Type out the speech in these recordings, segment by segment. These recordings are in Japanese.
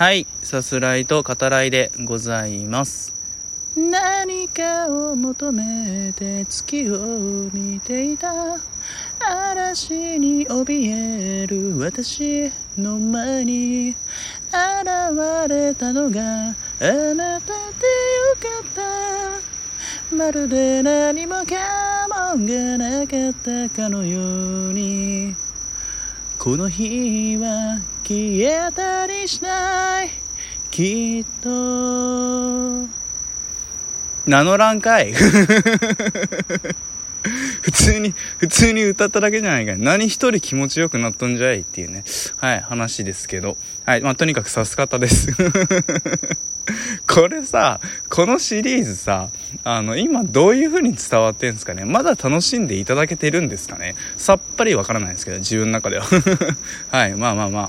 はい、さすらいと語らいでございます。何かを求めて月を見ていた嵐に怯える私の前に現れたのがあなたでよかったまるで何もかもがなかったかのようにこの日は消えたりしないきっと名乗らんかい普通に歌っただけじゃないかい。何一人気持ちよくなっとんじゃいっていうね。はい、話ですけど。はい、とにかくさすかったです。これさ、このシリーズさ、今どういう風に伝わってんすかね。まだ楽しんでいただけてるんですかね。さっぱりわからないんですけど、自分の中では。はい、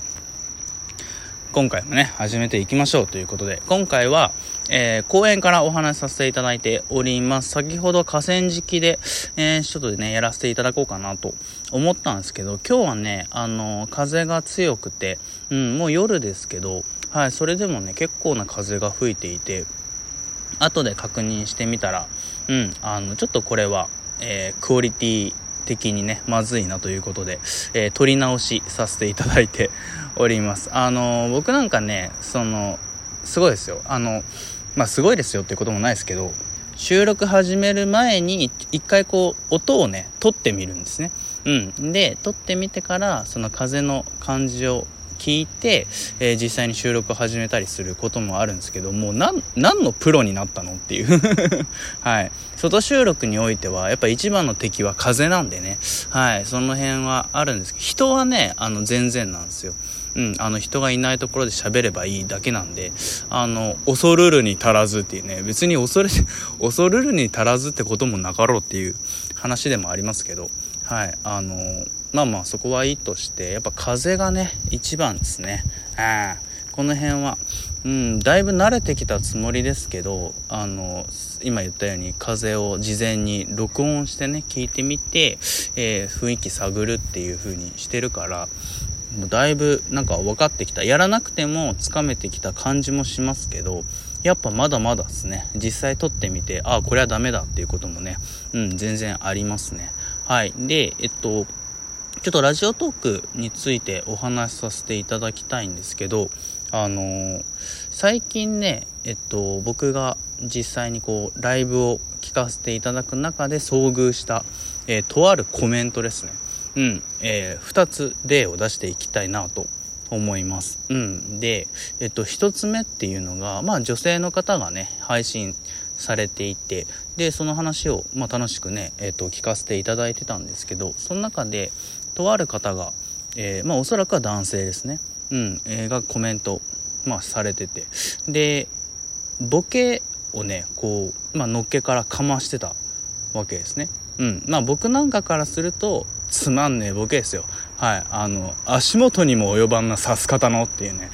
今回もね、始めていきましょうということで、今回は、公園からお話しさせていただいております。先ほど河川敷で、ちょっとね、やらせていただこうかなと思ったんですけど、今日はね、風が強くて、もう夜ですけど、はい、それでもね、結構な風が吹いていて、後で確認してみたら、ちょっとこれは、クオリティ的にねまずいなということで、撮り直しさせていただいております。僕なんかねすごいですよ。すごいですよっていうこともないですけど、収録始める前に一回こう音をね撮ってみるんですね。で撮ってみてからその風の感じを聞いて、実際に収録を始めたりすることもあるんですけども、何のプロになったのっていうはい、外収録においてはやっぱ一番の敵は風なんでね、はい、その辺はあるんですけど、人はね全然なんですよ。人がいないところで喋ればいいだけなんで、恐るるに足らずっていうね、別に恐るるに足らずってこともなかろうっていう話でもありますけど、はい、そこはいいとして、やっぱ風がね一番ですね。この辺はだいぶ慣れてきたつもりですけど、今言ったように風を事前に録音してね聞いてみて、雰囲気探るっていう風にしてるから、もうだいぶなんか分かってきた、やらなくてもつかめてきた感じもしますけど、やっぱまだまだですね。実際撮ってみてこれはダメだっていうこともね全然ありますね。はい。でちょっとラジオトークについてお話しさせていただきたいんですけど、最近ね僕が実際にこうライブを聞かせていただく中で遭遇した、とあるコメントですね。2つ例を出していきたいなと思います。で、1つ目っていうのが女性の方がね配信されていて、でその話を楽しくね聞かせていただいてたんですけど、その中でとある方が、おそらくは男性ですね、がコメントされてて、でボケをねこうのっけからかましてたわけですね。僕なんかからするとつまんねえボケですよ。はい、足元にも及ばんな刺す方のっていうね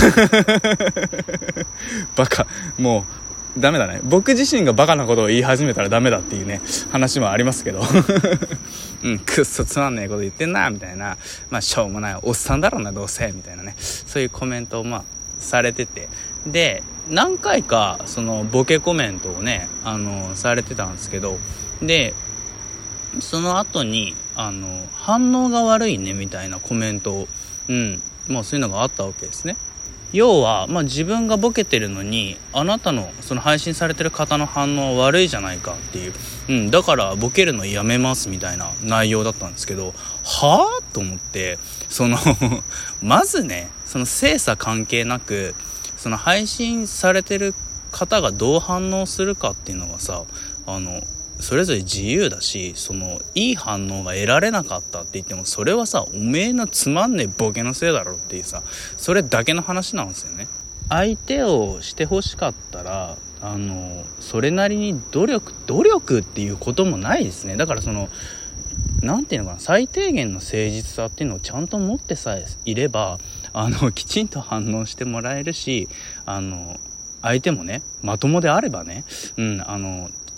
バカ、もうダメだね。僕自身がバカなことを言い始めたらダメだっていうね話もありますけどくっそつまんねえこと言ってんなみたいな、しょうもないおっさんだろうなどうせみたいなね、そういうコメントをされてて、で何回かそのボケコメントをねされてたんですけど、でその後に反応が悪いねみたいなコメントをそういうのがあったわけですね。要は自分がボケてるのにあなたのその配信されてる方の反応悪いじゃないかっていう、だからボケるのやめますみたいな内容だったんですけど、はぁと思って、まずねその精査関係なくその配信されてる方がどう反応するかっていうのがさそれぞれ自由だし、いい反応が得られなかったって言ってもそれはさおめえのつまんねえボケのせいだろっていうさ、それだけの話なんですよね。相手をしてほしかったらそれなりに努力っていうこともないですね。だからなんていうのかな、最低限の誠実さっていうのをちゃんと持ってさえいればきちんと反応してもらえるし、相手もねまともであればね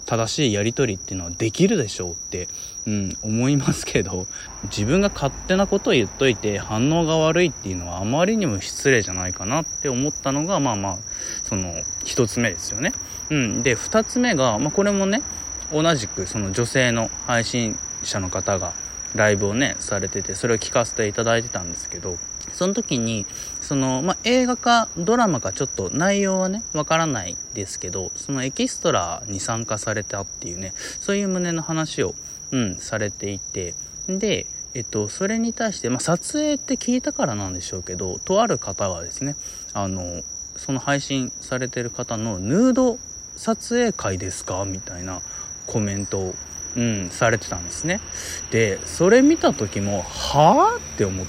正しいやり取りっていうのはできるでしょうって、思いますけど、自分が勝手なことを言っといて反応が悪いっていうのはあまりにも失礼じゃないかなって思ったのが、その一つ目ですよね。で、二つ目が、これもね、同じくその女性の配信者の方がライブをねされてて、それを聞かせていただいてたんですけど、その時にその、映画かドラマかちょっと内容はねわからないですけど、そのエキストラに参加されたっていうね、そういう旨の話をされていて、でそれに対して、撮影って聞いたからなんでしょうけど、とある方がですね、その配信されてる方のヌード撮影会ですかみたいなコメントをされてたんですね。で、それ見た時もはぁって思って、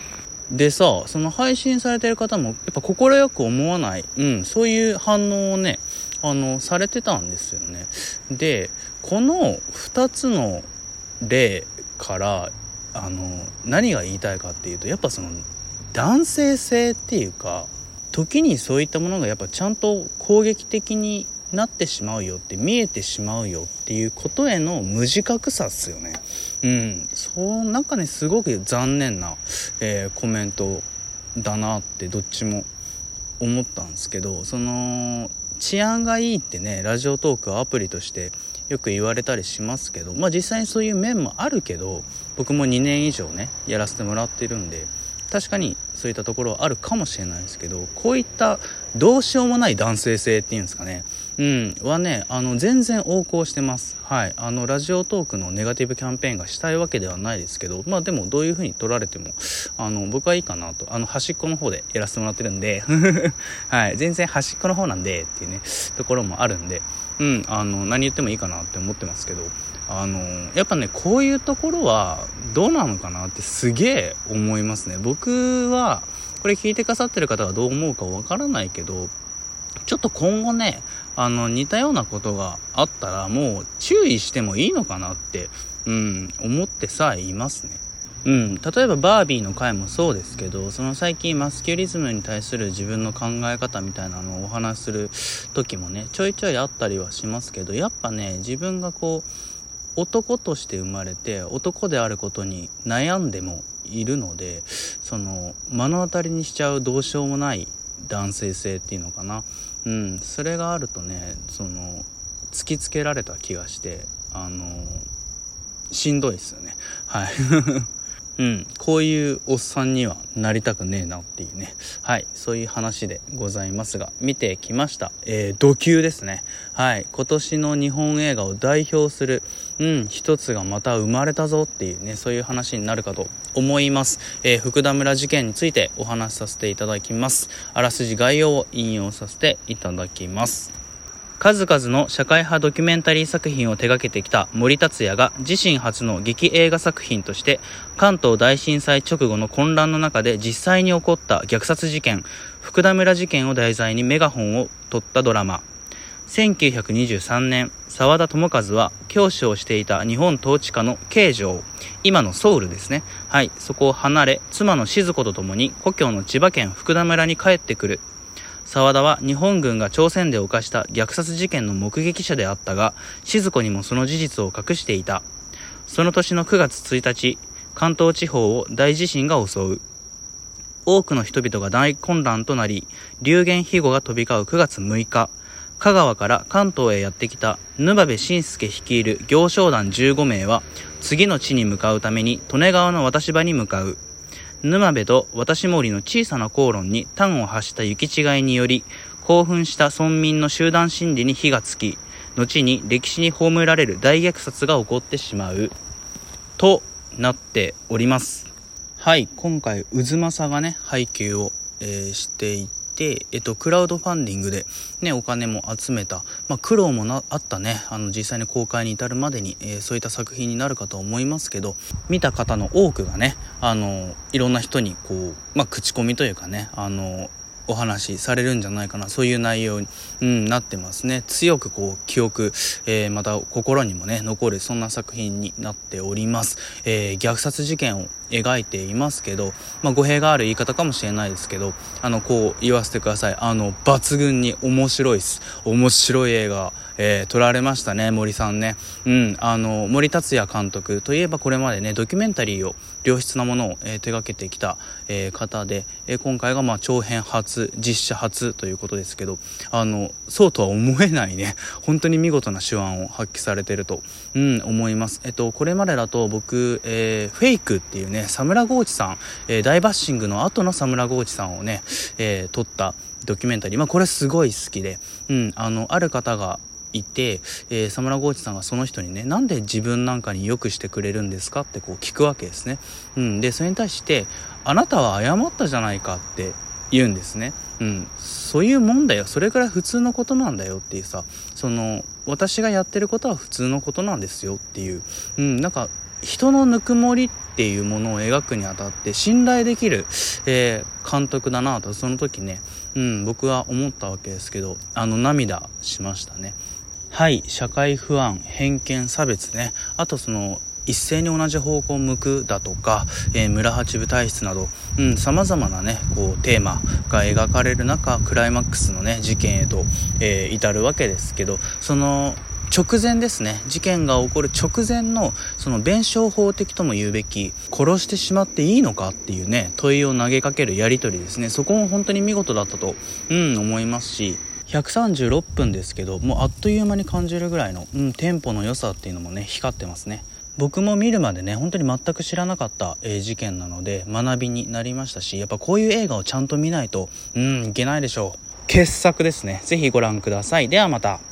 でさ、その配信されてる方もやっぱ快く思わない、そういう反応をねされてたんですよね。で、この2つの例から何が言いたいかっていうと、やっぱその男性性っていうか、時にそういったものがやっぱちゃんと攻撃的になってしまうよって、見えてしまうよっていうことへの無自覚さっすよね。なんかね、すごく残念な、コメントだなってどっちも思ったんですけど、その治安がいいってね、ラジオトークアプリとしてよく言われたりしますけど、実際にそういう面もあるけど、僕も2年以上ねやらせてもらってるんで、確かにそういったところはあるかもしれないですけど、こういったどうしようもない男性性っていうんですかね、はね全然横行してます。ラジオトークのネガティブキャンペーンがしたいわけではないですけど、でもどういう風に取られても僕はいいかなと、端っこの方でやらせてもらってるんで全然端っこの方なんでっていうねところもあるんで、何言ってもいいかなって思ってますけど、やっぱね、こういうところはどうなのかなってすげえ思いますね。僕はこれ聞いてくださってる方がどう思うかわからないけど、ちょっと今後ね似たようなことがあったらもう注意してもいいのかなって思ってさえいますね。例えばバービーの回もそうですけど、その最近マスキュリズムに対する自分の考え方みたいなのをお話しする時もねちょいちょいあったりはしますけど、やっぱね、自分がこう男として生まれて男であることに悩んでもいるので、その目の当たりにしちゃうどうしようもない男性性っていうのかな、それがあるとね、その突きつけられた気がしてしんどいですよね。こういうおっさんにはなりたくねえなっていうね、そういう話でございますが、見てきました。ド級ですね。今年の日本映画を代表する一つがまた生まれたぞっていうね、そういう話になるかと思います。福田村事件についてお話しさせていただきます。あらすじ概要を引用させていただきます。数々の社会派ドキュメンタリー作品を手掛けてきた森達也が自身初の劇映画作品として関東大震災直後の混乱の中で実際に起こった虐殺事件、福田村事件を題材にメガホンを取ったドラマ。1923年、沢田智和は教師をしていた日本統治下の京城、今のソウルですね。そこを離れ、妻の静子と共に故郷の千葉県福田村に帰ってくる。沢田は日本軍が朝鮮で犯した虐殺事件の目撃者であったが、静子にもその事実を隠していた。その年の9月1日、関東地方を大地震が襲う。多くの人々が大混乱となり、流言飛語が飛び交う9月6日、香川から関東へやってきた沼部信介率いる行商団15名は、次の地に向かうために利根川の渡し場に向かう。沼部と渡し森の小さな口論に端を発した行き違いにより、興奮した村民の集団心理に火がつき、後に歴史に葬られる大虐殺が起こってしまうとなっております。今回渦政がね配給を、していて、クラウドファンディングでねお金も集めた、苦労もあったね、実際に公開に至るまでに、そういった作品になるかと思いますけど、見た方の多くがねいろんな人にこう、口コミというかねお話しされるんじゃないかな、そういう内容に、なってますね。強くこう記憶、また心にもね残る、そんな作品になっております。虐殺事件を描いていますけど、語弊がある言い方かもしれないですけど、こう言わせてください。抜群に面白いです。面白い映画、撮られましたね、森さんね。森達也監督といえばこれまでね、ドキュメンタリーを、良質なものを、手掛けてきた、方で、今回が長編初、実写初ということですけど、そうとは思えないね、本当に見事な手腕を発揮されていると、思います。これまでだと僕、フェイクっていうね、サムラゴーチさん、大バッシングの後のサムラゴーチさんをね、撮ったドキュメンタリー、これすごい好きで、ある方がいて、サムラゴーチさんがその人にね、なんで自分なんかに良くしてくれるんですかってこう聞くわけですね。でそれに対して、あなたは謝ったじゃないかって言うんですね。そういうもんだよ、それくらい普通のことなんだよっていうさ、私がやってることは普通のことなんですよっていう、なんか人のぬくもりっていうものを描くにあたって信頼できる、監督だなとその時ね、僕は思ったわけですけど、涙しましたね。はい、社会不安、偏見、差別ね、あと一斉に同じ方向を向くだとか、村八部体質など、様々なねこうテーマが描かれる中、クライマックスのね事件へと、至るわけですけど、その直前ですね、事件が起こる直前の弁証法的とも言うべき、殺してしまっていいのかっていうね問いを投げかけるやり取りですね。そこも本当に見事だったと、思いますし、136分ですけど、もうあっという間に感じるぐらいの、テンポの良さっていうのもね光ってますね。僕も見るまでね本当に全く知らなかった、事件なので学びになりましたし、やっぱこういう映画をちゃんと見ないといけないでしょう。傑作ですね。ぜひご覧ください。ではまた。